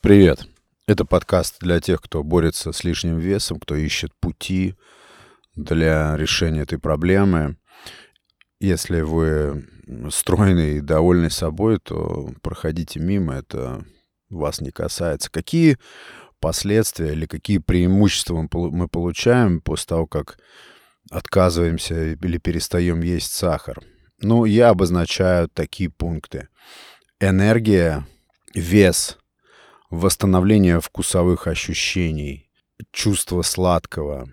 Привет. Это подкаст для тех, кто борется с лишним весом, кто ищет пути для решения этой проблемы. Если вы стройный и довольны собой, то проходите мимо, это вас не касается. Какие последствия или какие преимущества мы получаем после того, как отказываемся или перестаем есть сахар? Ну, я обозначаю такие пункты. Энергия, вес, восстановление вкусовых ощущений, чувство сладкого.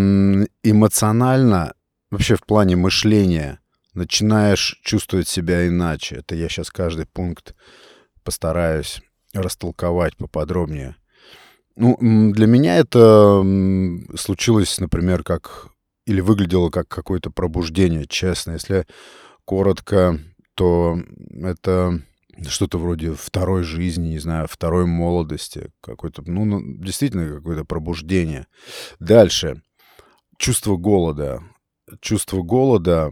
Эмоционально, вообще в плане мышления, начинаешь чувствовать себя иначе. Это я сейчас каждый пункт постараюсь растолковать поподробнее. Ну, для меня это случилось, например, или выглядело как какое-то пробуждение, честно. Если коротко, то это что-то вроде второй жизни, не знаю, второй молодости. Какое-то, действительно какое-то пробуждение. Дальше. Чувство голода. Чувство голода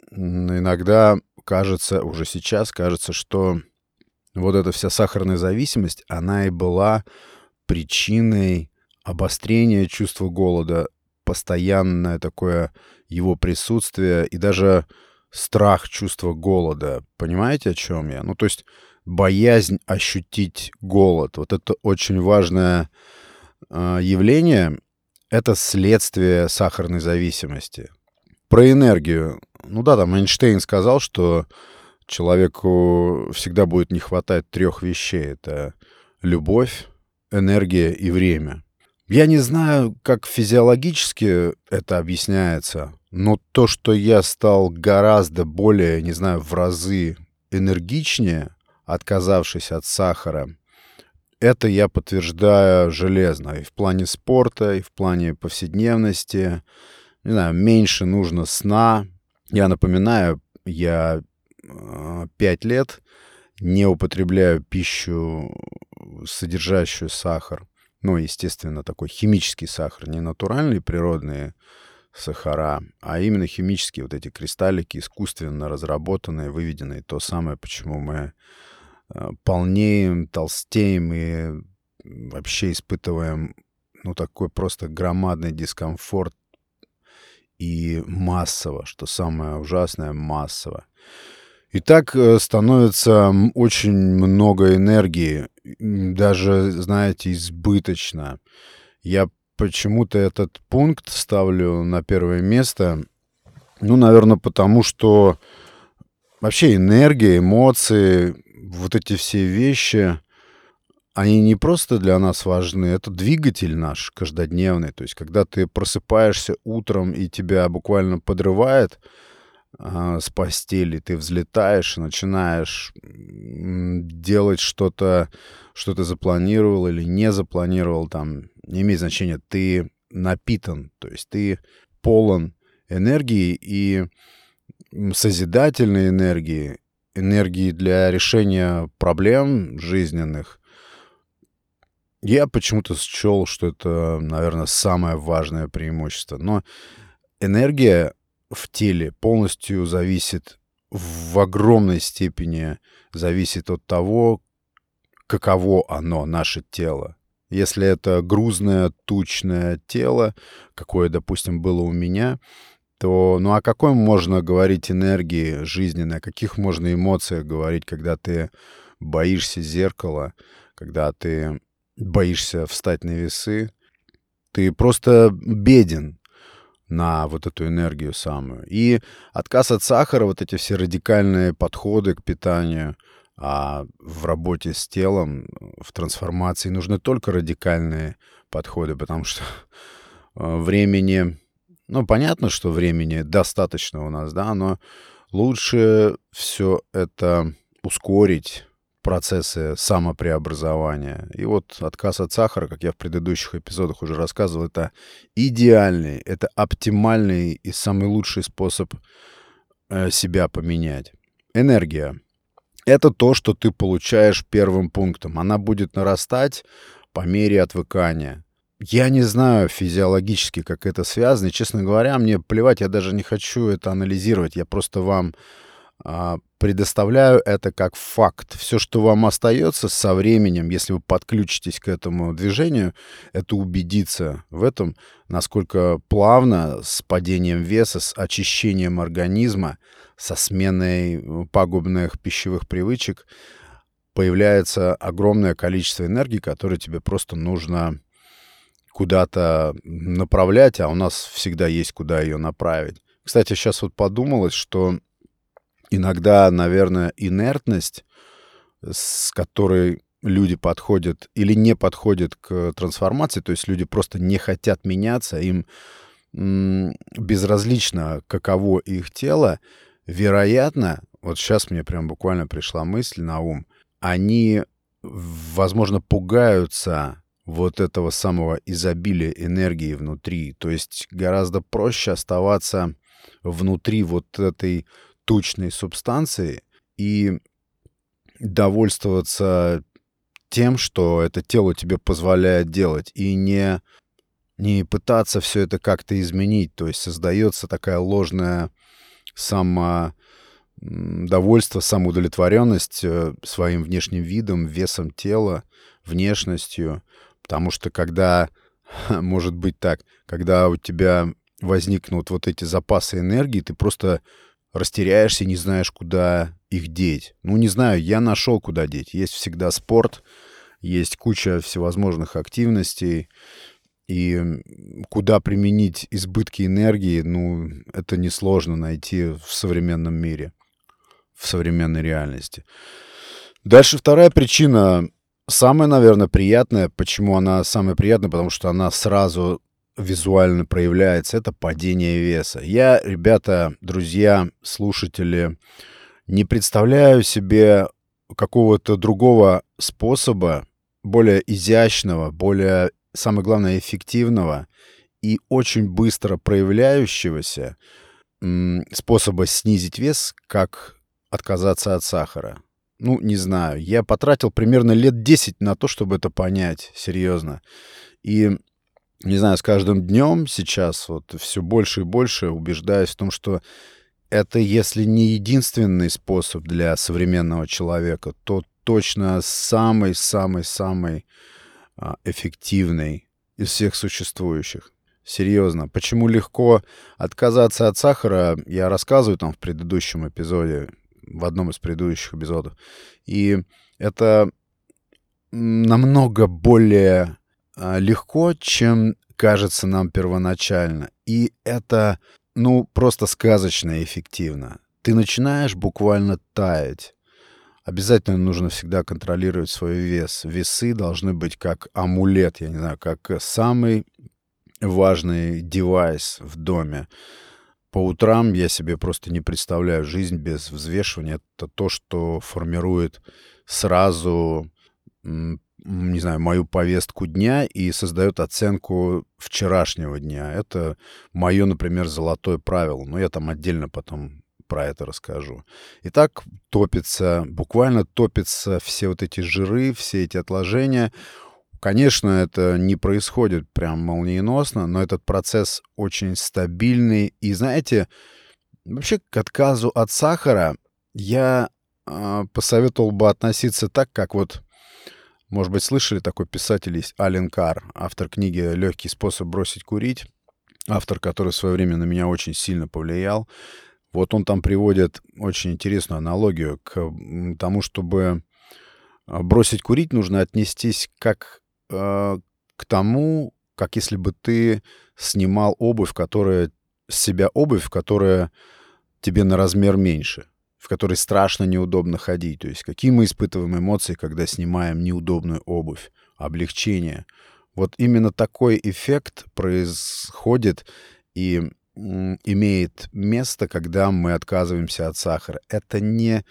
иногда кажется, уже сейчас кажется, что вот эта вся сахарная зависимость, она и была причиной обострения чувства голода, постоянное такое его присутствие и даже страх чувства голода. Понимаете, о чем я? Ну, то есть боязнь ощутить голод. Вот это очень важное явление. Это следствие сахарной зависимости. Про энергию. Ну да, там Эйнштейн сказал, что человеку всегда будет не хватать 3 вещей. Это любовь, энергия и время. Я не знаю, как физиологически это объясняется, но то, что я стал гораздо более, не знаю, в разы энергичнее, отказавшись от сахара, это я подтверждаю железно. И в плане спорта, и в плане повседневности. Не знаю, меньше нужно сна. Я напоминаю, я 5 лет не употребляю пищу, содержащую сахар. Ну, естественно, такой химический сахар, не натуральные природные сахара, а именно химические вот эти кристаллики, искусственно разработанные, выведенные. То самое, почему мы полнеем, толстеем и вообще испытываем, такой просто громадный дискомфорт и массово, что самое ужасное, массово. И так становится очень много энергии, даже, знаете, избыточно. Я почему-то этот пункт ставлю на первое место, наверное, потому что вообще энергия, эмоции, вот эти все вещи, они не просто для нас важны, это двигатель наш каждодневный. То есть, когда ты просыпаешься утром и тебя буквально подрывает с постели, ты взлетаешь и начинаешь делать что-то, что ты запланировал или не запланировал, там, не имеет значения, ты напитан, то есть ты полон энергии и созидательной энергии, энергии для решения проблем жизненных. Я почему-то счел, что это, наверное, самое важное преимущество. Но энергия в теле полностью зависит, в огромной степени зависит от того, каково оно, наше тело. Если это грузное, тучное тело, какое, допустим, было у меня, то, о какой можно говорить энергии жизненной, о каких можно эмоциях говорить, когда ты боишься зеркала, когда ты боишься встать на весы, ты просто беден на вот эту энергию самую. И отказ от сахара, вот эти все радикальные подходы к питанию, а в работе с телом, в трансформации нужны только радикальные подходы, потому что времени, понятно, что времени достаточно у нас, да, но лучше все это ускорить, процессы самопреобразования. И вот отказ от сахара, как я в предыдущих эпизодах уже рассказывал, это идеальный, это оптимальный и самый лучший способ себя поменять. Энергия. Это то, что ты получаешь первым пунктом. Она будет нарастать по мере отвыкания. Я не знаю физиологически, как это связано. И, честно говоря, мне плевать, я даже не хочу это анализировать. Я просто вам предоставляю это как факт. Все, что вам остается со временем, если вы подключитесь к этому движению, это убедиться в этом, насколько плавно с падением веса, с очищением организма, со сменой пагубных пищевых привычек появляется огромное количество энергии, которое тебе просто нужно куда-то направлять, а у нас всегда есть куда ее направить. Кстати, сейчас вот подумалось, что иногда, наверное, инертность, с которой люди подходят или не подходят к трансформации, то есть люди просто не хотят меняться, им безразлично, каково их тело, вероятно, вот сейчас мне прям буквально пришла мысль на ум, они, возможно, пугаются вот этого самого изобилия энергии внутри. То есть гораздо проще оставаться внутри вот этой тучной субстанции и довольствоваться тем, что это тело тебе позволяет делать, и не пытаться все это как-то изменить. То есть создается такая ложная самодовольство, самоудовлетворенность своим внешним видом, весом тела, внешностью. Потому что когда, может быть так, когда у тебя возникнут вот эти запасы энергии, ты просто растеряешься, не знаешь, куда их деть. Ну, не знаю, я нашел, куда деть. Есть всегда спорт, есть куча всевозможных активностей, и куда применить избытки энергии, ну, это несложно найти в современном мире, в современной реальности. Дальше вторая причина, самая, наверное, приятная. Почему она самая приятная? Потому что она сразу визуально проявляется. Это падение веса. Я, ребята, друзья, слушатели, не представляю себе какого-то другого способа, более изящного, более, самое главное, эффективного и очень быстро проявляющегося способа снизить вес, как отказаться от сахара. Ну, не знаю. Я потратил примерно лет 10 на то, чтобы это понять, серьезно. И, не знаю, с каждым днем сейчас вот все больше и больше убеждаюсь в том, что это, если не единственный способ для современного человека, то точно самый-самый-самый эффективный из всех существующих. Серьезно. Почему легко отказаться от сахара, я рассказываю там в предыдущем эпизоде, в одном из предыдущих эпизодов. И это намного более легко, чем кажется нам первоначально. И это, ну, просто сказочно эффективно. Ты начинаешь буквально таять. Обязательно нужно всегда контролировать свой вес. Весы должны быть как амулет, я не знаю, как самый важный девайс в доме. По утрам я себе просто не представляю жизнь без взвешивания. Это то, что формирует сразу, не знаю, мою повестку дня и создает оценку вчерашнего дня. Это мое, например, золотое правило. Но я там отдельно потом про это расскажу. Итак, буквально топятся все вот эти жиры, все эти отложения. Конечно, это не происходит прям молниеносно, но этот процесс очень стабильный. И знаете, вообще к отказу от сахара я посоветовал бы относиться так, как вот, может быть, слышали, такой писатель есть Ален Карр, автор книги «Легкий способ бросить курить», автор, который в свое время на меня очень сильно повлиял. Вот он там приводит очень интересную аналогию к тому, чтобы бросить курить, нужно отнестись как к тому, как если бы ты снимал с себя обувь, которая тебе на размер меньше, в которой страшно неудобно ходить. То есть какие мы испытываем эмоции, когда снимаем неудобную обувь, облегчение. Вот именно такой эффект происходит и имеет место, когда мы отказываемся от сахара. Это не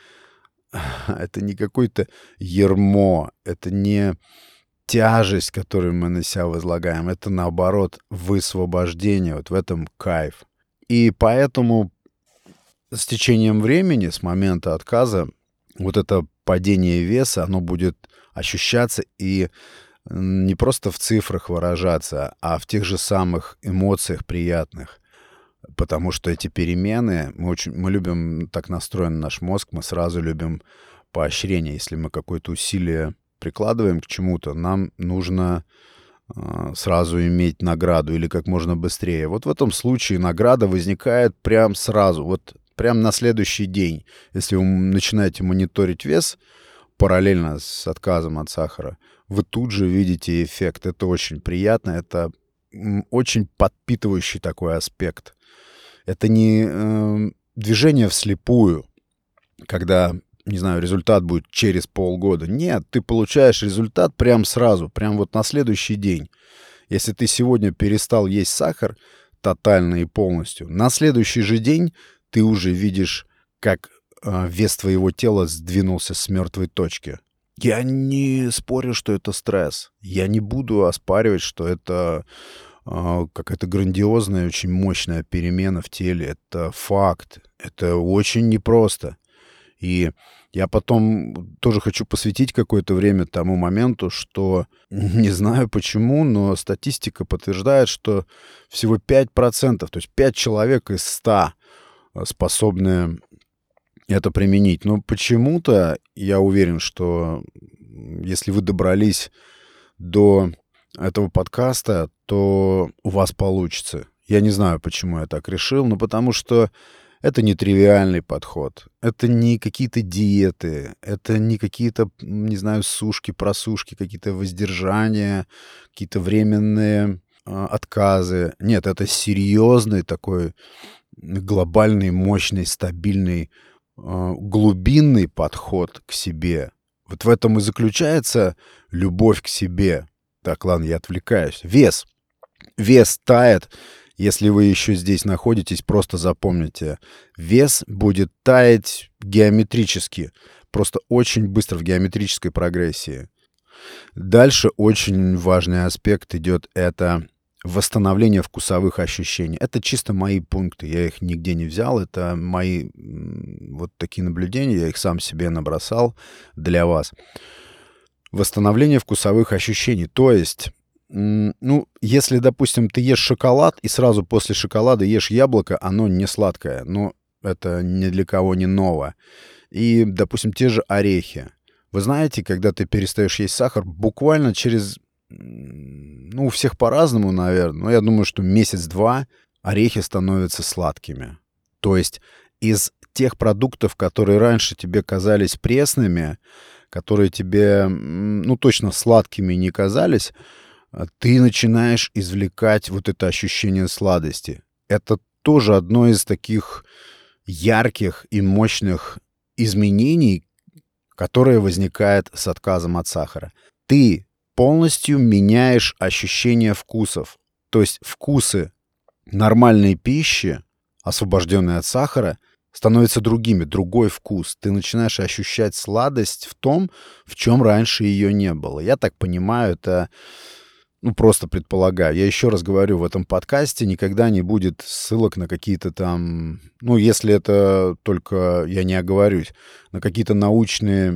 какое-то ярмо, это не тяжесть, которую мы на себя возлагаем. Это, наоборот, высвобождение. Вот в этом кайф. И поэтому с течением времени, с момента отказа, вот это падение веса, оно будет ощущаться и не просто в цифрах выражаться, а в тех же самых эмоциях приятных. потому что эти перемены, мы любим, так настроен наш мозг, мы сразу любим поощрение. Если мы какое-то усилие прикладываем к чему-то, нам нужно сразу иметь награду или как можно быстрее. Вот в этом случае награда возникает прям сразу, вот прям на следующий день. Если вы начинаете мониторить вес параллельно с отказом от сахара, вы тут же видите эффект. Это очень приятно, это очень подпитывающий такой аспект. Это не движение вслепую, когда, не знаю, результат будет через полгода. Нет, ты получаешь результат прям сразу, прям вот на следующий день. Если ты сегодня перестал есть сахар тотально и полностью, на следующий же день ты уже видишь, как вес твоего тела сдвинулся с мертвой точки. Я не спорю, что это стресс. Я не буду оспаривать, что это какая-то грандиозная, очень мощная перемена в теле. Это факт. Это очень непросто. И я потом тоже хочу посвятить какое-то время тому моменту, что не знаю почему, но статистика подтверждает, что всего 5%, то есть 5 человек из 100 способны это применить. Но почему-то я уверен, что если вы добрались до этого подкаста, то у вас получится. Я не знаю, почему я так решил, но потому что это не тривиальный подход. Это не какие-то диеты, это не какие-то, не знаю, сушки, просушки, какие-то воздержания, какие-то временные отказы. Нет, это серьезный такой глобальный, мощный, стабильный, глубинный подход к себе. Вот в этом и заключается любовь к себе. Так, ладно, я отвлекаюсь. Вес. Вес тает. Если вы еще здесь находитесь, просто запомните. Вес будет таять геометрически. Просто очень быстро в геометрической прогрессии. Дальше очень важный аспект идет. Это восстановление вкусовых ощущений. Это чисто мои пункты. Я их нигде не взял. Это мои вот такие наблюдения. Я их сам себе набросал для вас. Восстановление вкусовых ощущений. То есть, ну, если, допустим, ты ешь шоколад, и сразу после шоколада ешь яблоко, оно не сладкое. Но это ни для кого не ново. И, допустим, те же орехи. Вы знаете, когда ты перестаешь есть сахар, буквально через... Ну, у всех по-разному, наверное. Но я думаю, что месяц-два орехи становятся сладкими. То есть из тех продуктов, которые раньше тебе казались пресными, которые тебе, ну, точно сладкими не казались, ты начинаешь извлекать вот это ощущение сладости. Это тоже одно из таких ярких и мощных изменений, которое возникает с отказом от сахара. Ты полностью меняешь ощущение вкусов. То есть вкусы нормальной пищи, освобожденной от сахара, становятся другими, другой вкус. Ты начинаешь ощущать сладость в том, в чем раньше ее не было. Я так понимаю, это, ну, просто предполагаю. Я еще раз говорю, в этом подкасте никогда не будет ссылок на какие-то там, ну, если это только, я не оговорюсь, на какие-то научные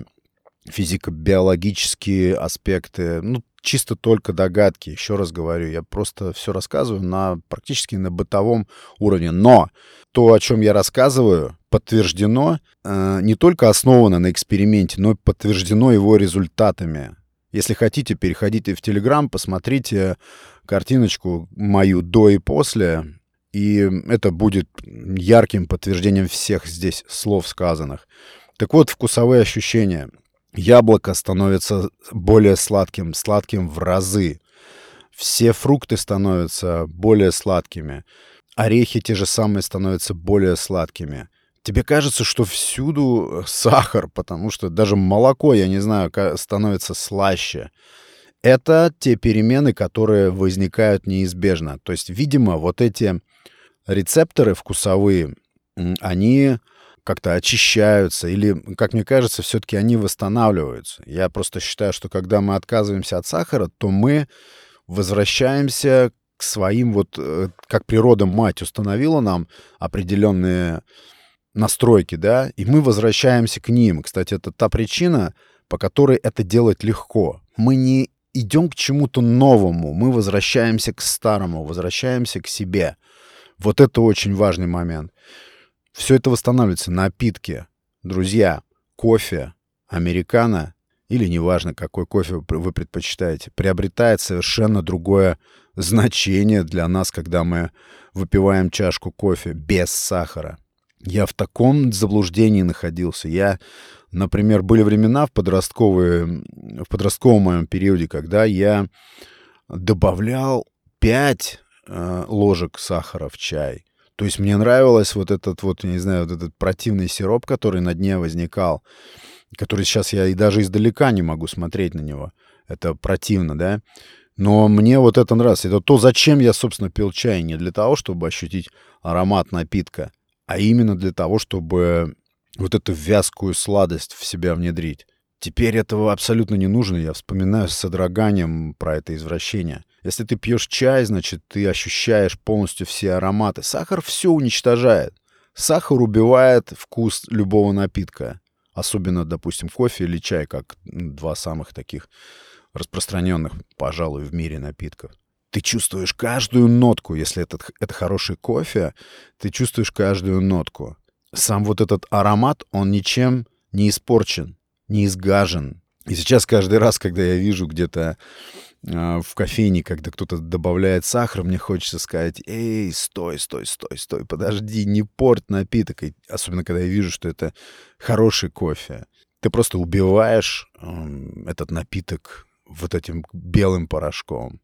физико-биологические аспекты, ну, чисто только догадки. Еще раз говорю, я просто все рассказываю практически на бытовом уровне. Но то, о чем я рассказываю, подтверждено, не только основано на эксперименте, но и подтверждено его результатами. Если хотите, переходите в Telegram, посмотрите картиночку мою до и после, и это будет ярким подтверждением всех здесь слов сказанных. Так вот, вкусовые ощущения. Яблоко становится более сладким, сладким в разы. Все фрукты становятся более сладкими. Орехи те же самые становятся более сладкими. Тебе кажется, что всюду сахар, потому что даже молоко, я не знаю, становится слаще. Это те перемены, которые возникают неизбежно. То есть, видимо, вот эти рецепторы вкусовые, они как-то очищаются, или, как мне кажется, все-таки они восстанавливаются. Я просто считаю, что когда мы отказываемся от сахара, то мы возвращаемся к своим, вот как природа-мать установила нам определенные настройки, да, и мы возвращаемся к ним. Кстати, это та причина, по которой это делать легко. Мы не идем к чему-то новому, мы возвращаемся к старому, возвращаемся к себе. Вот это очень важный момент. Все это восстанавливается. Напитки, друзья, кофе, американо или неважно, какой кофе вы предпочитаете, приобретает совершенно другое значение для нас, когда мы выпиваем чашку кофе без сахара. Я в таком заблуждении находился. Например, были времена в подростковом моем периоде, когда я добавлял 5 ложек сахара в чай. То есть мне нравилось вот этот вот, я не знаю, вот этот противный сироп, который на дне возникал, который сейчас я и даже издалека не могу смотреть на него. Это противно, да? Но мне вот это нравится. Это то, зачем я, собственно, пил чай. Не для того, чтобы ощутить аромат напитка, а именно для того, чтобы вот эту вязкую сладость в себя внедрить. Теперь этого абсолютно не нужно. Я вспоминаю с содроганием про это извращение. Если ты пьешь чай, значит, ты ощущаешь полностью все ароматы. Сахар все уничтожает. Сахар убивает вкус любого напитка. Особенно, допустим, кофе или чай, как два самых таких распространенных, пожалуй, в мире напитков. Ты чувствуешь каждую нотку. Если это хороший кофе, ты чувствуешь каждую нотку. Сам вот этот аромат, он ничем не испорчен, не изгажен. И сейчас каждый раз, когда я вижу где-то в кофейне, когда кто-то добавляет сахар, мне хочется сказать: эй, стой, подожди, не порть напиток. И особенно, когда я вижу, что это хороший кофе. Ты просто убиваешь этот напиток вот этим белым порошком.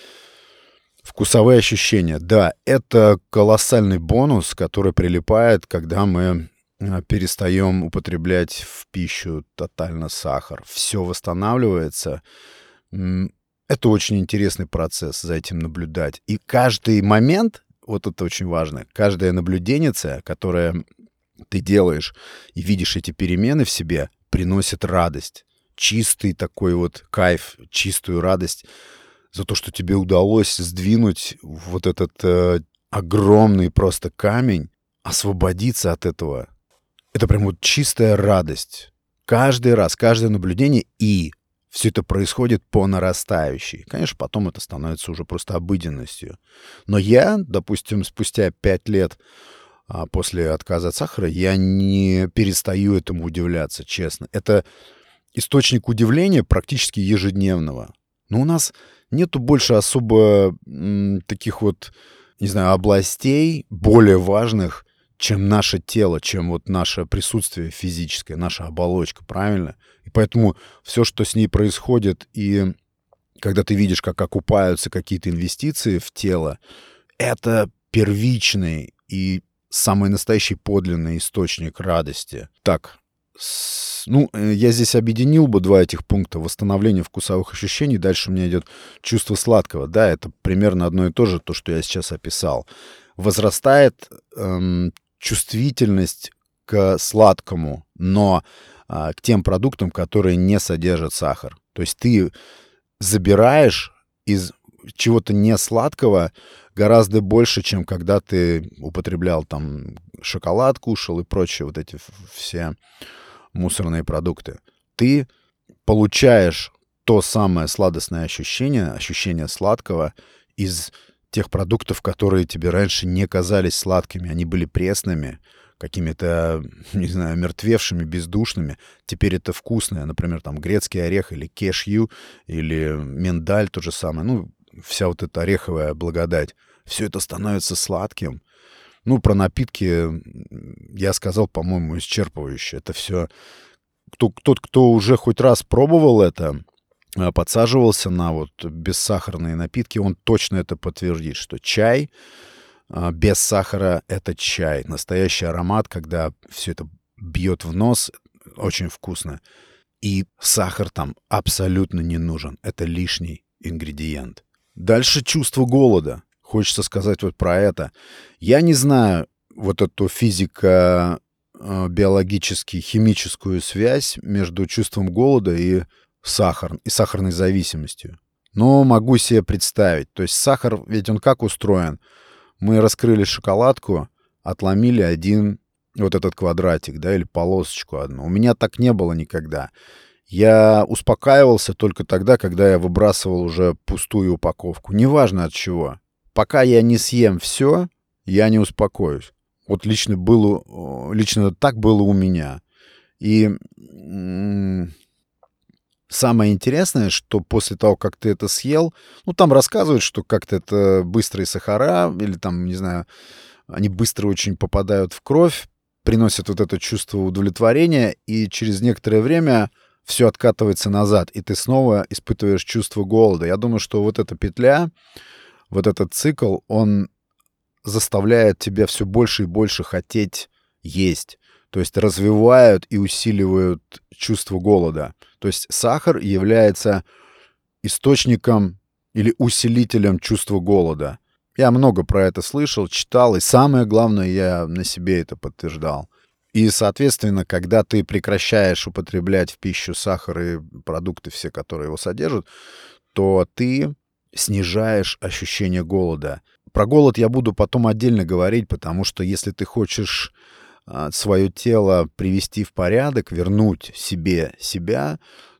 Вкусовые ощущения. Да, это колоссальный бонус, который прилипает, когда мы перестаем употреблять в пищу тотально сахар. Все восстанавливается. Это очень интересный процесс, за этим наблюдать. И каждый момент, вот это очень важно, каждая наблюденница, которое ты делаешь и видишь эти перемены в себе, приносит радость. Чистый такой вот кайф, чистую радость за то, что тебе удалось сдвинуть вот этот огромный просто камень, освободиться от этого. Это прям вот чистая радость. Каждый раз, каждое наблюдение, и все это происходит по нарастающей. Конечно, потом это становится уже просто обыденностью. Но я, допустим, спустя 5 лет после отказа от сахара, я не перестаю этому удивляться, честно. Это источник удивления практически ежедневного. Но у нас нету больше особо таких вот, не знаю, областей более важных, чем наше тело, чем вот наше присутствие физическое, наша оболочка, правильно? И поэтому все, что с ней происходит, и когда ты видишь, как окупаются какие-то инвестиции в тело, это первичный и самый настоящий подлинный источник радости. Так, я здесь объединил бы 2 этих пункта. Восстановление вкусовых ощущений. Дальше у меня идет чувство сладкого. Да, это примерно одно и то же, то, что я сейчас описал. Возрастает чувствительность к сладкому, но к тем продуктам, которые не содержат сахар. То есть ты забираешь из чего-то несладкого гораздо больше, чем когда ты употреблял там шоколад, кушал и прочие вот эти все мусорные продукты. Ты получаешь то самое сладостное ощущение сладкого из тех продуктов, которые тебе раньше не казались сладкими. Они были пресными, какими-то, не знаю, мертвевшими, бездушными. Теперь это вкусное. Например, там грецкий орех или кешью, или миндаль, то же самое. Вся вот эта ореховая благодать. Все это становится сладким. Про напитки я сказал, по-моему, исчерпывающе. Это все... Тот, кто уже хоть раз пробовал это, подсаживался на вот бессахарные напитки, он точно это подтвердит, что чай без сахара — это чай. Настоящий аромат, когда все это бьет в нос, очень вкусно. И сахар там абсолютно не нужен. Это лишний ингредиент. Дальше чувство голода. Хочется сказать вот про это. Я не знаю вот эту физико-биологически-химическую связь между чувством голода и сахарной зависимостью. Но могу себе представить. То есть сахар, ведь он как устроен? Мы раскрыли шоколадку, отломили один вот этот квадратик, да, или полосочку одну. У меня так не было никогда. Я успокаивался только тогда, когда я выбрасывал уже пустую упаковку. Неважно от чего. Пока я не съем все, я не успокоюсь. Вот лично так было у меня. И самое интересное, что после того, как ты это съел, там рассказывают, что как-то это быстрые сахара, или там, не знаю, они быстро очень попадают в кровь, приносят вот это чувство удовлетворения, и через некоторое время все откатывается назад, и ты снова испытываешь чувство голода. Я думаю, что вот эта петля, вот этот цикл, он заставляет тебя все больше и больше хотеть есть. То есть развивают и усиливают чувство голода. То есть сахар является источником или усилителем чувства голода. Я много про это слышал, читал, и самое главное, я на себе это подтверждал. И, соответственно, когда ты прекращаешь употреблять в пищу сахар и продукты все, которые его содержат, то ты снижаешь ощущение голода. Про голод я буду потом отдельно говорить, потому что если ты хочешь свое тело привести в порядок, вернуть себе себя,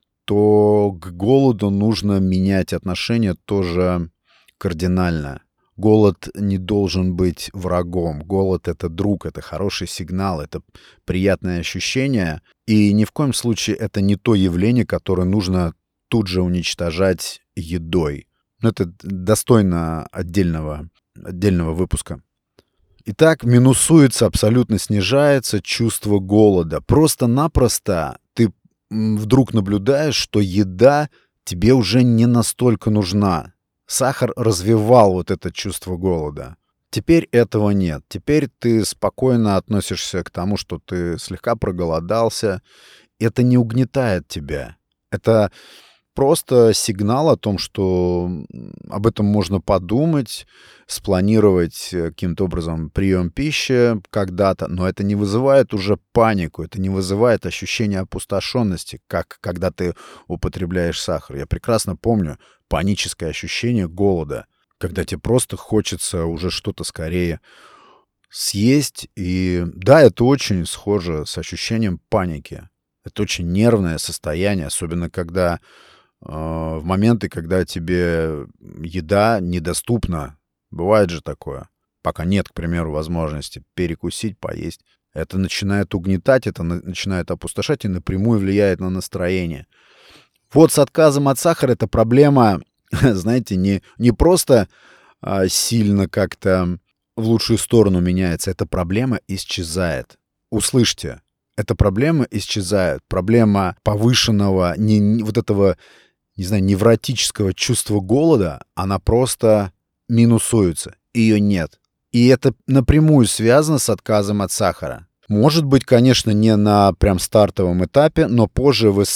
то к голоду нужно менять отношение тоже кардинально. Голод не должен быть врагом. Голод — это друг, это хороший сигнал, это приятное ощущение. И ни в коем случае это не то явление, которое нужно тут же уничтожать едой. Это достойно отдельного выпуска. Итак, минусуется, абсолютно снижается чувство голода. Просто-напросто ты вдруг наблюдаешь, что еда тебе уже не настолько нужна. Сахар развивал вот это чувство голода. Теперь этого нет. Теперь ты спокойно относишься к тому, что ты слегка проголодался. Это не угнетает тебя. Это просто сигнал о том, что об этом можно подумать, спланировать каким-то образом прием пищи когда-то, но это не вызывает уже панику, это не вызывает ощущение опустошенности, как когда ты употребляешь сахар. Я прекрасно помню паническое ощущение голода, когда тебе просто хочется уже что-то скорее съесть. И да, это очень схоже с ощущением паники. Это очень нервное состояние, особенно когда в моменты, когда тебе еда недоступна. Бывает же такое. Пока нет, к примеру, возможности перекусить, поесть. Это начинает угнетать, это начинает опустошать и напрямую влияет на настроение. Вот с отказом от сахара эта проблема, знаете, не просто сильно как-то в лучшую сторону меняется, эта проблема исчезает. Услышьте, эта проблема исчезает. Проблема повышенного, вот этого, не знаю, невротического чувства голода, она просто минусуется. Ее нет. И это напрямую связано с отказом от сахара. Может быть, конечно, не на прям стартовом этапе, но позже вы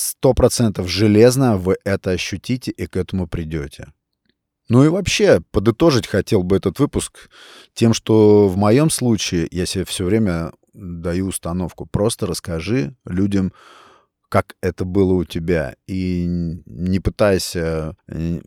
100% железно вы это ощутите и к этому придете. Ну и вообще, подытожить хотел бы этот выпуск тем, что в моем случае я себе все время даю установку. Просто расскажи людям, как это было у тебя. И не пытайся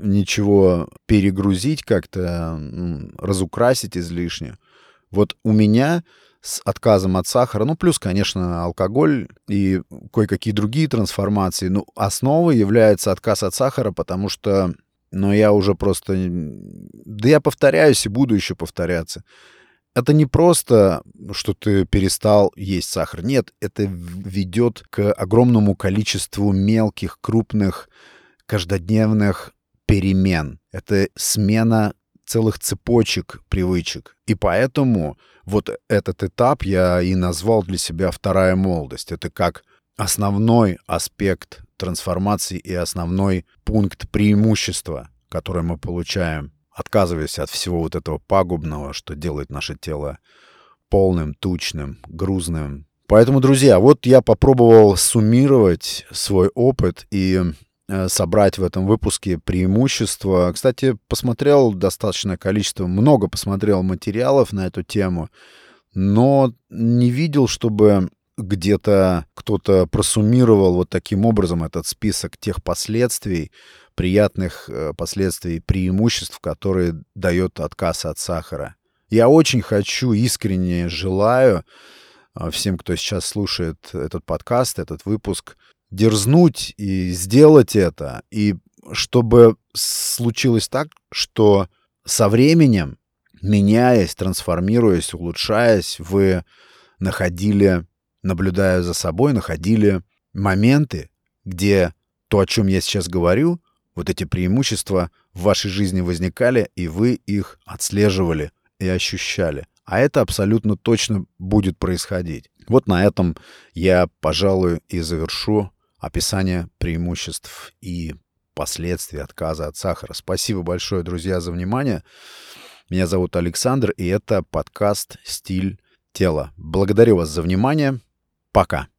ничего перегрузить как-то, разукрасить излишне. Вот у меня с отказом от сахара, плюс, конечно, алкоголь и кое-какие другие трансформации. Основой является отказ от сахара, потому что, я уже просто... Да я повторяюсь и буду еще повторяться. Это не просто, что ты перестал есть сахар. Нет, это ведет к огромному количеству мелких, крупных, каждодневных перемен. Это смена целых цепочек привычек. И поэтому вот этот этап я и назвал для себя «Вторая молодость». Это как основной аспект трансформации и основной пункт преимущества, который мы получаем, отказываясь от всего вот этого пагубного, что делает наше тело полным, тучным, грузным. Поэтому, друзья, вот я попробовал суммировать свой опыт и собрать в этом выпуске преимущества. Кстати, посмотрел достаточное количество, много посмотрел материалов на эту тему, но не видел, чтобы где-то кто-то просуммировал вот таким образом этот список тех последствий, приятных последствий, преимуществ, которые дает отказ от сахара. Я очень хочу, искренне желаю всем, кто сейчас слушает этот подкаст, этот выпуск, дерзнуть и сделать это, и чтобы случилось так, что со временем меняясь, трансформируясь, улучшаясь, вы находили, наблюдая за собой, находили моменты, где то, о чем я сейчас говорю, вот эти преимущества в вашей жизни возникали, и вы их отслеживали и ощущали. А это абсолютно точно будет происходить. Вот на этом я, пожалуй, и завершу описание преимуществ и последствий отказа от сахара. Спасибо большое, друзья, за внимание. Меня зовут Александр, и это подкаст «Стиль тела». Благодарю вас за внимание. Пока.